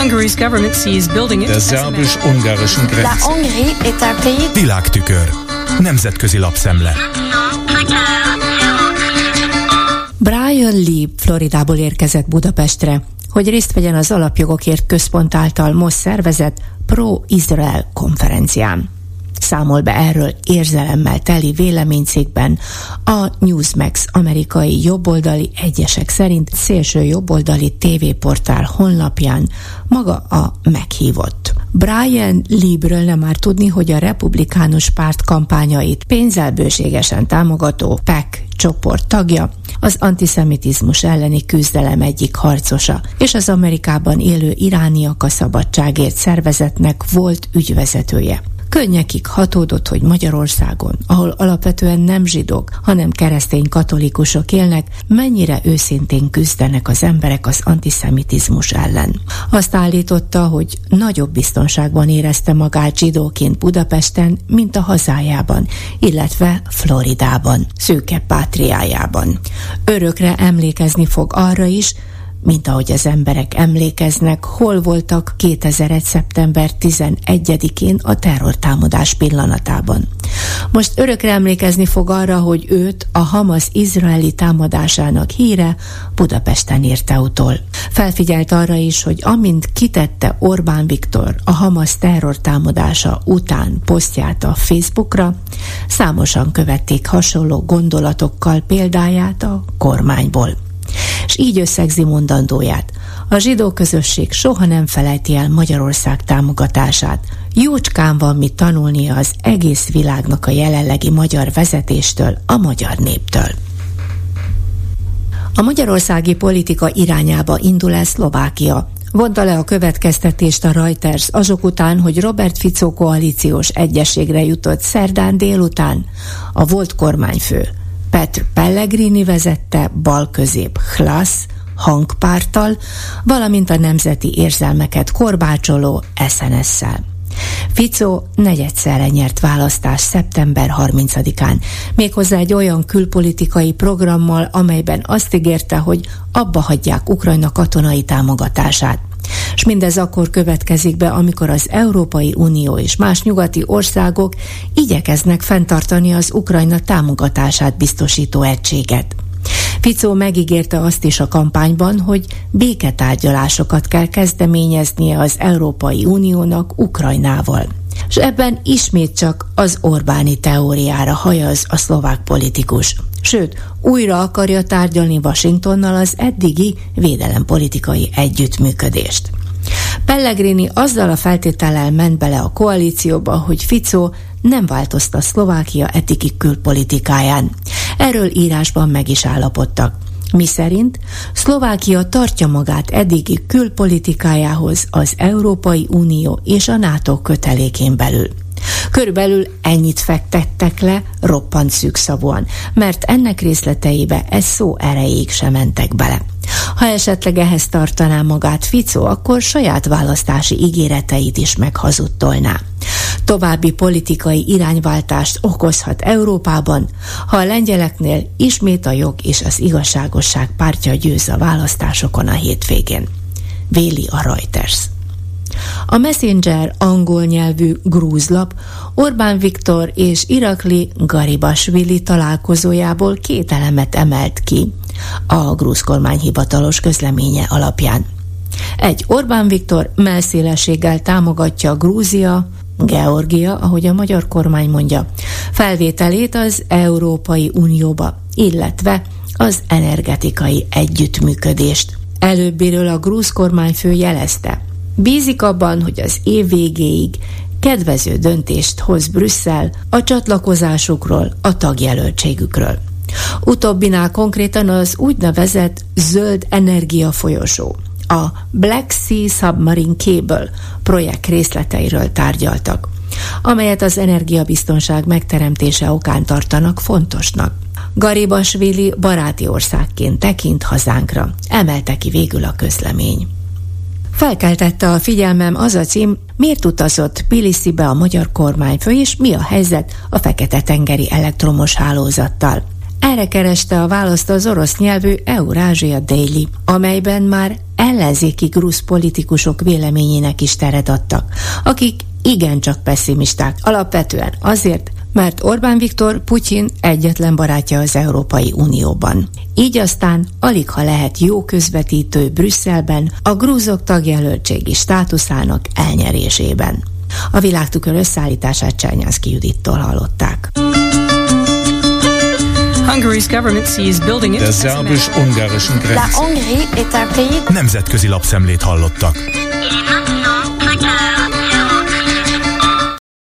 Der szerbus-ungarischen Grenze. La Hongrie est un pays. Világtükör. Nemzetközi lapszemle. Brian Lee Floridából érkezett Budapestre, hogy részt vegyen az Alapjogokért Központ által most szervezett Pro-Izrael konferencián. Számol be erről érzelemmel teli véleménycikkben a Newsmax amerikai jobboldali, egyesek szerint szélső jobboldali tévéportál honlapján maga a meghívott. Brian Lee-ből nem már tudni, hogy a republikánus párt kampányait pénzzel bőségesen támogató PAC csoport tagja, az antiszemitizmus elleni küzdelem egyik harcosa, és az Amerikában élő irániak a szabadságért szervezetnek volt ügyvezetője. Könnyekig hatódott, hogy Magyarországon, ahol alapvetően nem zsidók, hanem keresztény katolikusok élnek, mennyire őszintén küzdenek az emberek az antiszemitizmus ellen. Azt állította, hogy nagyobb biztonságban érezte magát zsidóként Budapesten, mint a hazájában, illetve Floridában, szőke pátriájában. Örökre emlékezni fog arra is, mint ahogy az emberek emlékeznek, hol voltak 2001. szeptember 11-én a terrortámadás pillanatában. Most örökre emlékezni fog arra, hogy őt a Hamas izraeli támadásának híre Budapesten érte utol. Felfigyelt arra is, hogy amint kitette Orbán Viktor a Hamas terrortámadása után posztját a Facebookra, számosan követték hasonló gondolatokkal példáját a kormányból. És így összegzi mondandóját. A zsidó közösség soha nem felejti el Magyarország támogatását. Jócskán van mit tanulnia az egész világnak a jelenlegi magyar vezetéstől, a magyar néptől. A magyarországi politika irányába indul el Szlovákia. Vonta le a következtetést a Reuters azok után, hogy Robert Fico koalíciós egyességre jutott szerdán délután a volt kormányfő Petr Pellegrini vezette bal-közép Hlas hangpárttal, valamint a nemzeti érzelmeket korbácsoló SNS-szel. Fico negyedszerre nyert választást szeptember 30-án, méghozzá egy olyan külpolitikai programmal, amelyben azt ígérte, hogy abba hagyják Ukrajna katonai támogatását. És mindez akkor következik be, amikor az Európai Unió és más nyugati országok igyekeznek fenntartani az Ukrajna támogatását biztosító egységet. Fico megígérte azt is a kampányban, hogy béketárgyalásokat kell kezdeményeznie az Európai Uniónak Ukrajnával. És ebben ismét csak az Orbáni teóriára hajaz a szlovák politikus. Sőt, újra akarja tárgyalni Washingtonnal az eddigi védelempolitikai együttműködést. Pellegrini azzal a feltétellel ment bele a koalícióba, hogy Fico nem változta Szlovákia eddigi külpolitikáján. Erről írásban meg is állapodtak. Miszerint Szlovákia tartja magát eddigi külpolitikájához az Európai Unió és a NATO kötelékén belül. Körülbelül ennyit fektettek le roppant szűkszavúan, mert ennek részleteibe ez szó erejéig sem mentek bele. Ha esetleg ehhez tartaná magát Fico, akkor saját választási ígéreteit is meghazudtolná. További politikai irányváltást okozhat Európában, ha a lengyeleknél ismét a jog és az igazságosság pártja győz a választásokon a hétvégén. Véli a Reuters. A Messenger angol nyelvű grúzlap Orbán Viktor és Irakli Garibashvili találkozójából 2 elemet emelt ki a grúz kormány hivatalos közleménye alapján. 1. Orbán Viktor mellszélességgel támogatja Grúzia, Georgia, ahogy a magyar kormány mondja, felvételét az Európai Unióba, illetve az energetikai együttműködést. Előbbiről a grúz kormányfő jelezte, bízik abban, hogy az év végéig kedvező döntést hoz Brüsszel a csatlakozásukról, a tagjelöltségükről. Utóbbinál konkrétan az úgynevezett zöld energiafolyosó, a Black Sea Submarine Cable projekt részleteiről tárgyaltak, amelyet az energiabiztonság megteremtése okán tartanak fontosnak. Garibashvili baráti országként tekint hazánkra, emelte ki végül a közlemény. Felkeltette a figyelmem az a cím, miért utazott Tbilisibe a magyar kormányfő, és mi a helyzet a Fekete-tengeri elektromos hálózattal. Erre kereste a választ az orosz nyelvű Eurasia Daily, amelyben már ellenzéki grúz politikusok véleményének is teret adtak, akik igencsak pesszimisták, alapvetően azért, mert Orbán Viktor Putyin egyetlen barátja az Európai Unióban. Így aztán aligha lehet jó közvetítő Brüsszelben a grúzok tagjelöltségi státuszának elnyerésében. A Világtükör összeállítását Csernyánszky Judittól hallották. Der szerbus-ungarischen Grenze. Nemzetközi lapszemlét hallottak.